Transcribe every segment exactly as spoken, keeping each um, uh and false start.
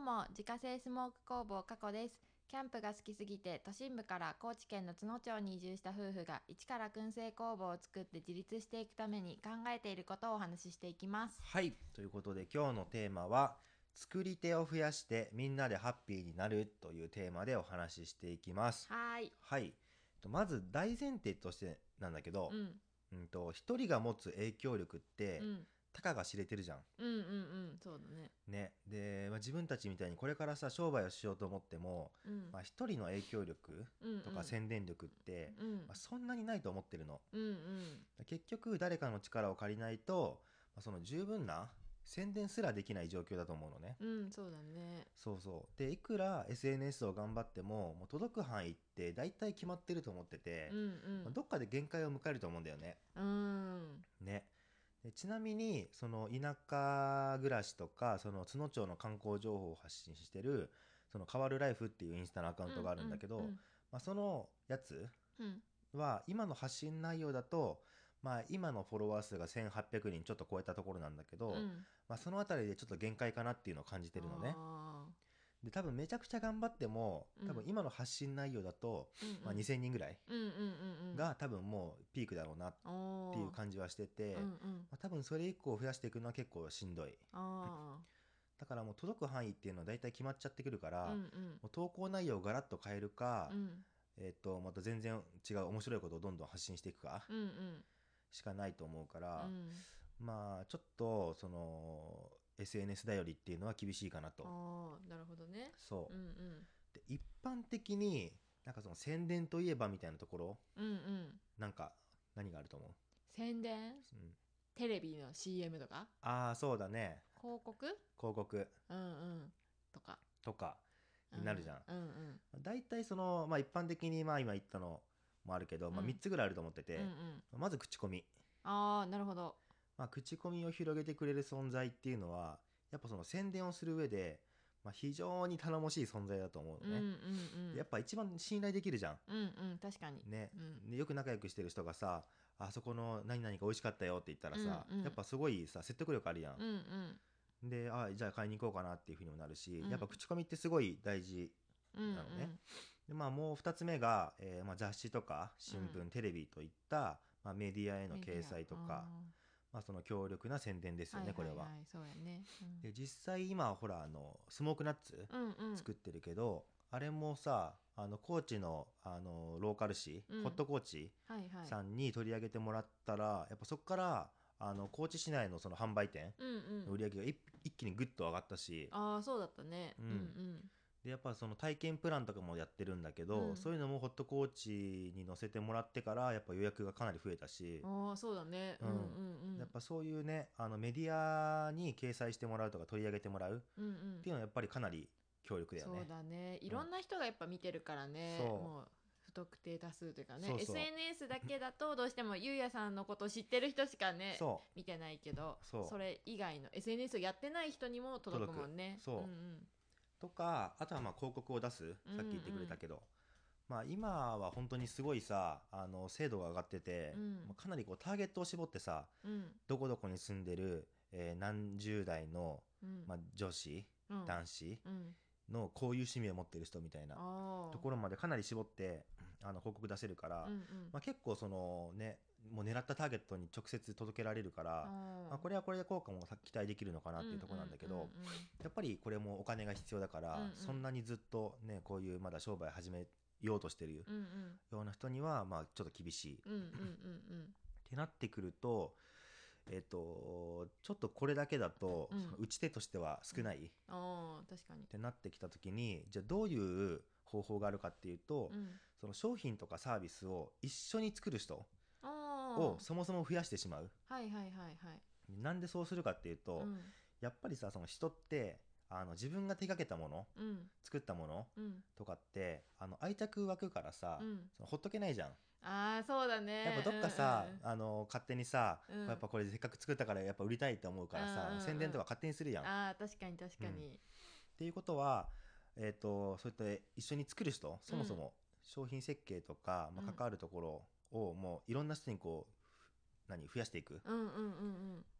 も自家製スモーク工房加古です。キャンプが好きすぎて都心部から高知県の津野町に移住した夫婦が一から燻製工房を作って自立していくために考えていることをお話ししていきます。 はい、ということで今日のテーマは作り手を増やしてみんなでハッピーになるというテーマでお話ししていきます。 はーい。 はい、まず大前提としてなんだけど、 うんうんと一人が持つ影響力ってうんたかが知れてるじゃん。 うんうんうんそうだね。 ね、で、まあ、自分たちみたいにこれからさ商売をしようと思っても、 うんまあ、一人の影響力うんとか宣伝力って、 うんまあ、そんなにないと思ってるの。 うんうん結局誰かの力を借りないと、まあ、その十分な宣伝すらできない状況だと思うのね。 うんそうだね。 そうそうでいくら エスエヌエス を頑張っても、もう届く範囲って大体決まってると思ってて、 うんまあどっかで限界を迎えると思うんだよね。 うんうんねでちなみにその田舎暮らしとかその津野町の観光情報を発信してるその変わるライフっていうインスタのアカウントがあるんだけど、 うんまあ、そのやつうんは今の発信内容だと、まあ、今のフォロワー数がせんはっぴゃくにんちょっと超えたところなんだけど、 うんまあ、そのあたりでちょっと限界かなっていうのを感じてるのね。 あで多分めちゃくちゃ頑張っても多分今の発信内容だと、 ーうんうんまあ、にせんにんぐらいうんうんうんうんが多分もうピークだろうなっっていう感じはしてて、 うんうんまあ、多分それ以降増やしていくのは結構しんどい。 あだからもう届く範囲っていうのは大体決まっちゃってくるから、もーうんうんう投稿内容をガラッと変えるか、 うんえっとまた全然違う面白いことをどんどん発信していくかうんうんしかないと思うから、 うんまあちょっとその エスエヌエス 頼りっていうのは厳しいかなと。 ああなるほどね。 そううんうんで一般的になんかその宣伝といえばみたいなところ、 うんうんなんか何があると思う？ 宣伝うん、 テレビの シーエム とかああそうだね、 広告広告うんうんとかとかになるじゃん。 うんうんだいたいその、まあ、一般的にまあ今言ったのもあるけど、まあ、 うんみっつぐらいあると思ってて、 うんうんまず口コミ、 ああなるほど。 まあ、口コミを広げてくれる存在っていうのはやっぱその宣伝をする上で、まあ、非常に頼もしい存在だと思うのね。 うんうんうんやっぱ一番信頼できるじゃん。 うんうん確かにねうんでよく仲良くしてる人がさ、あそこの何々が美味しかったよって言ったらさ、 うんうんやっぱすごいさ説得力あるやん。 うんうんで、あじゃあ買いに行こうかなっていうふうにもなるし、 うんやっぱ口コミってすごい大事うんなのね。でまあ、もうふたつめが、えーまあ、雑誌とか新聞、 うんテレビといった、まあ、メディアへのメディア掲載とか、 あまあ、その強力な宣伝ですーよね、これは。 いいいそうやねうんで実際今ほらあのスモークナッツうんうん作ってるけど、あれもさあの高知のあのローカル誌、 うんホットコーチはいはいさんに取り上げてもらったら、やっぱそこからあの高知市内のその販売店うんうんの売り上げが一一気にグッと上がったし、 ああそうだったねううんんでやっぱその体験プランとかもやってるんだけど、 うんそういうのもホットコーチに載せてもらってからやっぱ予約がかなり増えたし、 うんああそうだねううんんうんうんやっぱそういうねあのメディアに掲載してもらうとか取り上げてもらうっうんうんていうのはやっぱりかなり強力だよね。 そうだねいろんな人がやっぱ見てるからね、 そうもう不特定多数というかねそうそうエスエヌエス だけだとどうしてもゆうやさんのことを知ってる人しかねそ見てないけどそうれ以外の エスエヌエス をやってない人にも届くもんね。 届くそうんとかあとはまあ広告を出す、さっき言ってくれたけど、まあ今は本当にすごいさあの精度が上がってて、 うんまあかなりこうターゲットを絞ってさうんどこどこに住んでる、えー何十代の、 うんまあ、女子、 うん男子うんのこういう趣味を持ってる人みたいなあーところまでかなり絞ってあの広告出せるから、 うんうんまあ、結構そのねもう狙ったターゲットに直接届けられるから、 あーまあ、これはこれで効果も期待できるのかなっていうところなんだけど、 うんうんやっぱりこれもお金が必要だから、 うんうんそんなにずっとねこういうまだ商売始めようとしてるうんうんような人にはまあちょっと厳しい、っうんうんうんうんてなってくるとえっ、とちょっとこれだけだと、 うんその打ち手としては少ない、っあー確かにてなってきた時にじゃあどういう方法があるかっていうと、 うんその商品とかサービスを一緒に作る人あーをそもそも増やしてしまう。 はいはいはいはいなんでそうするかっていうと、 うんやっぱりさその人ってあの自分が手掛けたものうん作ったものうんとかってあの愛着湧くからさ、 うんそのほっとけないじゃん。 ああそうだねやっぱどっかさ、 うんうんあの勝手にさ、 うんやっぱこれせっかく作ったからやっぱ売りたいって思うからさ、 うんうんうん宣伝とか勝手にするやん。っあー確かに確かにていうことは、えー、とそうやって一緒に作る人そもそも商品設計とか、まあ、 うん関わるところをもういろんな人にこう何増やしていくっうんうんうんうん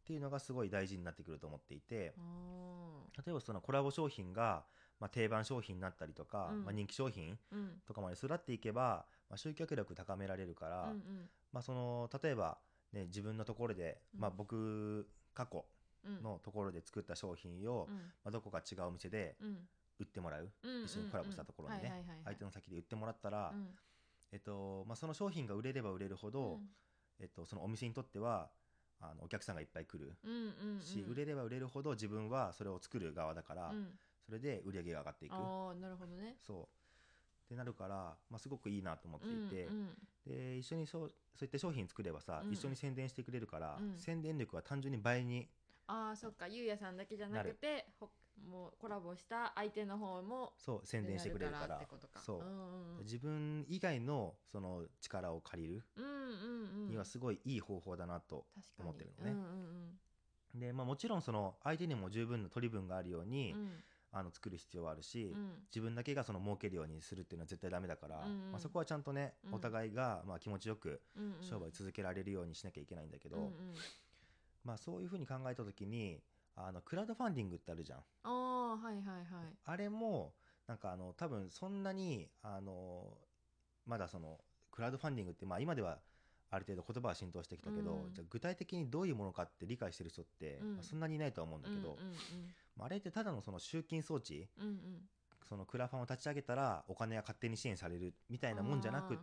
っていうのがすごい大事になってくると思っていて、 お例えばそのコラボ商品が、まあ、定番商品になったりとか、 うんまあ、人気商品うんとかまで育っていけば、まあ、集客力高められるから、 うんうんまあ、その例えば、ね、自分のところで、 うんまあ、僕過去うんのところで作った商品を、 うんまあ、どこか違うお店でうん売ってもらう、 うん一緒にコラボしたところにね、 はいはいはいはい相手の先で売ってもらったら、 うんえっとまあ、その商品が売れれば売れるほど、えっと、そのお店にとってはあのお客さんがいっぱい来るうんうんうんし、売れれば売れるほど自分はそれを作る側だから、 うんそれで売り上げが上がっていく。 ああなるほどねそうってなるから、まあ、すごくいいなと思っていて、 うんで一緒にそうそういった商品作ればさ、 うん一緒に宣伝してくれるから、 うん宣伝力は単純に倍にああそっかゆうやさんだけじゃなくてほもうコラボした相手の方もそう宣伝してくれるからってことかそう、 うんうん自分以外のその力を借りるうんうんうんにはすごいいい方法だなと確かに思ってるのね。 うんうんで、まあ、もちろんその相手にも十分の取り分があるように、 うんあの作る必要はあるし、 うん自分だけがその儲けるようにするっていうのは絶対ダメだから、 うんうんまあ、そこはちゃんとね、 うんお互いがまあ気持ちよくうんうん商売続けられるようにしなきゃいけないんだけど、 うんうんまあ、そういうふうに考えた時にあのクラウドファンディングってあるじゃん。 ああはいはいはいあれもなんかあの多分そんなにあのまだそのクラウドファンディングって、まあ、今ではある程度言葉は浸透してきたけど、 うんじゃあ具体的にどういうものかって理解してる人って、 うんまあ、そんなにいないとは思うんだけど、 うんうんまあ、あれってただのその集金装置、 うんうんそのクラファンを立ち上げたらお金が勝手に支援されるみたいなもんじゃなくって、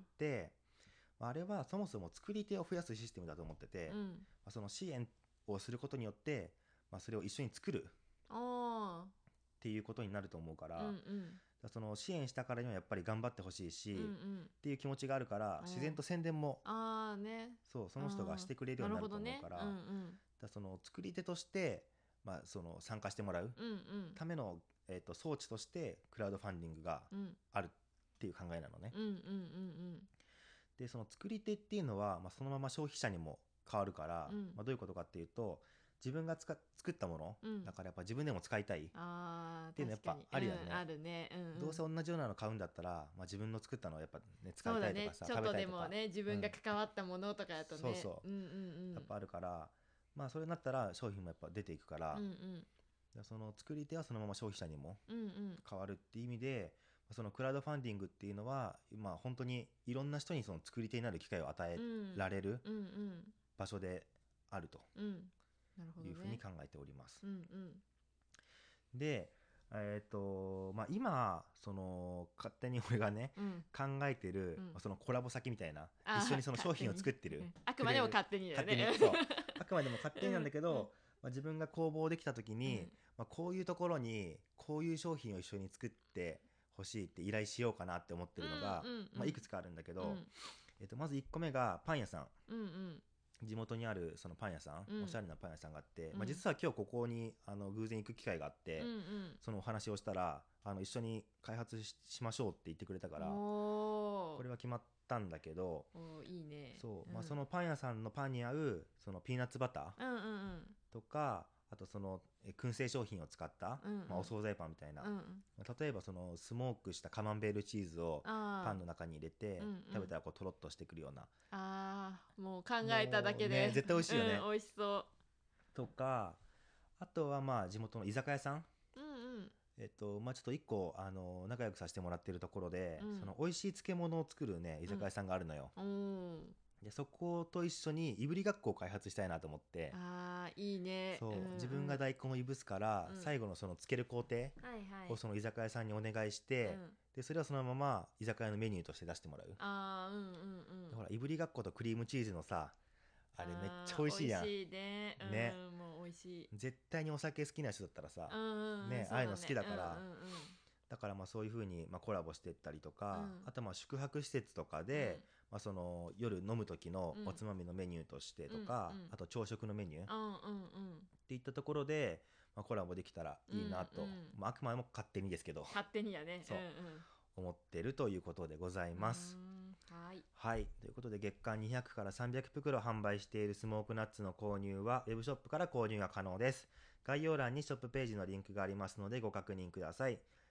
まあ、あれはそもそも作り手を増やすシステムだと思ってて、 うんうんまあ、その支援をすることによって、まあ、それを一緒に作るあっていうことになると思うから、 あうんうんだからその支援したからにはやっぱり頑張ってほしいし、 うんうんっていう気持ちがあるからうん自然と宣伝もああねそうその人がしてくれるようになると思うから、 なるほどねだからその作り手として、まあ、その参加してもらううんうんうんための、えーと装置としてクラウドファンディングがうんあるっていう考えなのね。 うんうんうんでその作り手っていうのは、まあ、そのまま消費者にも変わるから、 うんまあ、どういうことかっていうと自分がつか作ったもの、 うんだからやっぱ自分でも使いたい、 ああっていうのやっぱあるよねうん、あるね、うんうん、 どうせ同じようなの買うんだったら、まあ、自分の作ったのをやっぱ、ね、使そだねいうたいとかさ、 ちょっとで食べたいとかもね自分が関わったものとかやとね、 そうそううんうんうん、 やっぱあるから、まあ、それになったら商品もやっぱ出ていくから、 うんうんでその作り手はそのまま消費者にもうんうん変わるっていう意味でそのクラウドファンディングっていうのは、まあ、本当にいろんな人にその作り手になる機会を与えうんられるうんうん場所であるとうんなるほどねいうふうに考えております。 うんうんで、えーとまあ、今その勝手に俺がねうん考えてる、 うんまあそのコラボ先みたいなあー一緒にその商品を作ってるうんあくまでも勝手にだよね勝手にそうあくまでも勝手になんだけど、 うんうんまあ、自分が工房できた時に、 うんまあ、こういうところにこういう商品を一緒に作ってほしいって依頼しようかなって思ってるのが、 うんうんうんまあ、いくつかあるんだけど、 うんえっとまずいっこめがパン屋さん。 うんうん地元にあるそのパン屋さん、 うんおしゃれなパン屋さんがあって、 うんまあ、実は今日ここにあの偶然行く機会があって、 うんうんそのお話をしたらあの一緒に開発 し, しましょうって言ってくれたからおーこれは決まったんだけど、 おーいいねそう、 んまあ、そのパン屋さんのパンに合うそのピーナッツバターうんうんうんとか、あとそのえ燻製商品を使った、 うんうんまあ、お惣菜パンみたいな、 うんうん例えばそのスモークしたカマンベールチーズをあーパンの中に入れてうんうん食べたらこうとろっとしてくるようなあーもう考えただけで、 もうね絶対美味しいよねうん、美味しそとか、あとはまあ地元の居酒屋さん、 ううんうんえっとまあ、ちょっと一個あの仲良くさせてもらってるところで、 うんその美味しい漬物を作るね居酒屋さんがあるのよ、 うんでそこと一緒にいぶりがっこを開発したいなと思って、 あーいいねそう、 んん自分が大根をいぶすから、 うん最後のその漬ける工程はいはいをその居酒屋さんにお願いして、 うんでそれをそのまま居酒屋のメニューとして出してもらう、 あーうんうんうんでほらいぶりがっことクリームチーズのさあれめっちゃ美味しいやん。 美味しいね、うん、 ねもう美味しい絶対にお酒好きな人だったらさ、 うんうんうんねそうああいうの好きだからうんうんうんだからまあそういう風にまあコラボしていったりとか、 うんあとまあ宿泊施設とかで、まあ、その夜飲む時のうんおつまみのメニューとしてとか、 うんうんあと朝食のメニューっうんうんうんていったところで、まあ、コラボできたらいいなと、 うんうんまあ、あくまでも勝手にですけど勝手にやねそううんうん思ってるということでございます。 うーんはいはい。ということで月間にひゃくからさんびゃく袋販売しているスモークナッツの購入はウェブショップから購入が可能です。概要欄にショップページのリンクがありますのでご確認ください。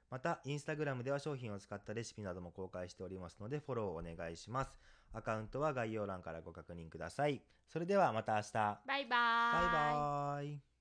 またインスタグラムでは商品を使ったレシピなども公開しておりますのでフォローお願いします。アカウントは概要欄からご確認ください。それではまた明日。 バイバーイ。 バイバーイ。